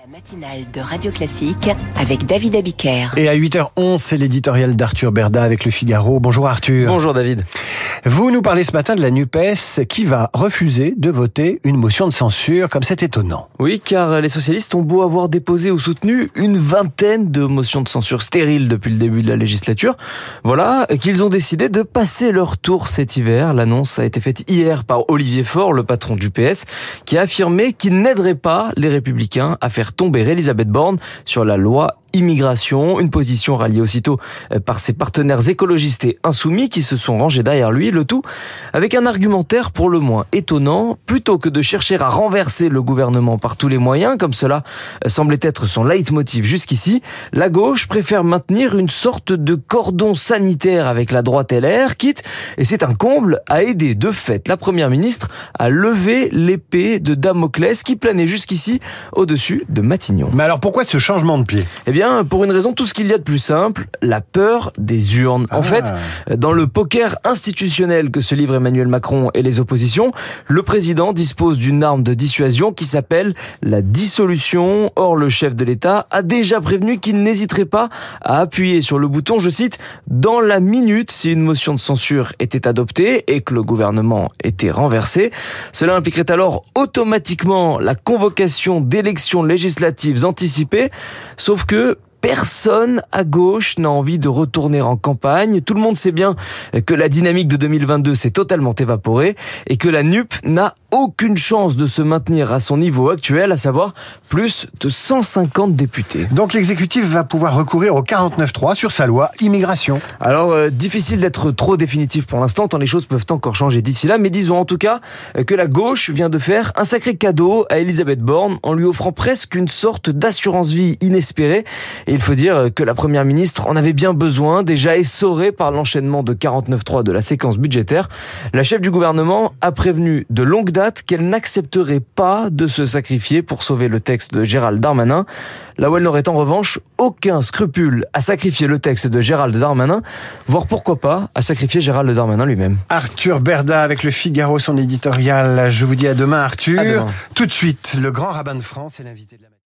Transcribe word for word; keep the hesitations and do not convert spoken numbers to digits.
Matinale de Radio Classique avec David Abiker. Et à huit heures onze, c'est l'éditorial d'Arthur Berda avec Le Figaro. Bonjour Arthur. Bonjour David. Vous nous parlez ce matin de la NUPES qui va refuser de voter une motion de censure, comme c'est étonnant. Oui, car les socialistes ont beau avoir déposé ou soutenu une vingtaine de motions de censure stériles depuis le début de la législature, voilà qu'ils ont décidé de passer leur tour cet hiver. L'annonce a été faite hier par Olivier Faure, le patron du P S, qui a affirmé qu'il n'aiderait pas les Républicains à faire tomber Elisabeth Borne sur la loi immigration, une position ralliée aussitôt par ses partenaires écologistes et insoumis qui se sont rangés derrière lui, le tout avec un argumentaire pour le moins étonnant. Plutôt que de chercher à renverser le gouvernement par tous les moyens, comme cela semblait être son leitmotiv jusqu'ici, la gauche préfère maintenir une sorte de cordon sanitaire avec la droite L R, quitte, et c'est un comble, à aider de fait la première ministre à lever l'épée de Damoclès qui planait jusqu'ici au-dessus de Matignon. Mais alors pourquoi ce changement de pied ? Eh bien, pour une raison, tout ce qu'il y a de plus simple, la peur des urnes. En ah. fait, dans le poker institutionnel que se livrent Emmanuel Macron et les oppositions, le président dispose d'une arme de dissuasion qui s'appelle la dissolution. Or, le chef de l'État a déjà prévenu qu'il n'hésiterait pas à appuyer sur le bouton, je cite, « dans la minute si une motion de censure était adoptée et que le gouvernement était renversé ». Cela impliquerait alors automatiquement la convocation d'élections législatives anticipées, sauf que personne à gauche n'a envie de retourner en campagne. Tout le monde sait bien que la dynamique de deux mille vingt-deux s'est totalement évaporée et que la N U P n'a aucune chance de se maintenir à son niveau actuel, à savoir plus de cent cinquante députés. Donc l'exécutif va pouvoir recourir au quarante-neuf trois sur sa loi immigration. Alors, euh, difficile d'être trop définitif pour l'instant, tant les choses peuvent encore changer d'ici là, mais disons en tout cas euh, que la gauche vient de faire un sacré cadeau à Elisabeth Borne en lui offrant presque une sorte d'assurance vie inespérée. Et il faut dire que la première ministre en avait bien besoin, déjà essorée par l'enchaînement de quarante-neuf trois de la séquence budgétaire. La chef du gouvernement a prévenu de longue date qu'elle n'accepterait pas de se sacrifier pour sauver le texte de Gérald Darmanin, là où elle n'aurait en revanche aucun scrupule à sacrifier le texte de Gérald Darmanin, voire pourquoi pas à sacrifier Gérald Darmanin lui-même. Arthur Berda avec Le Figaro, son éditorial. Je vous dis à demain Arthur. À demain. Tout de suite, le grand rabbin de France est l'invité de la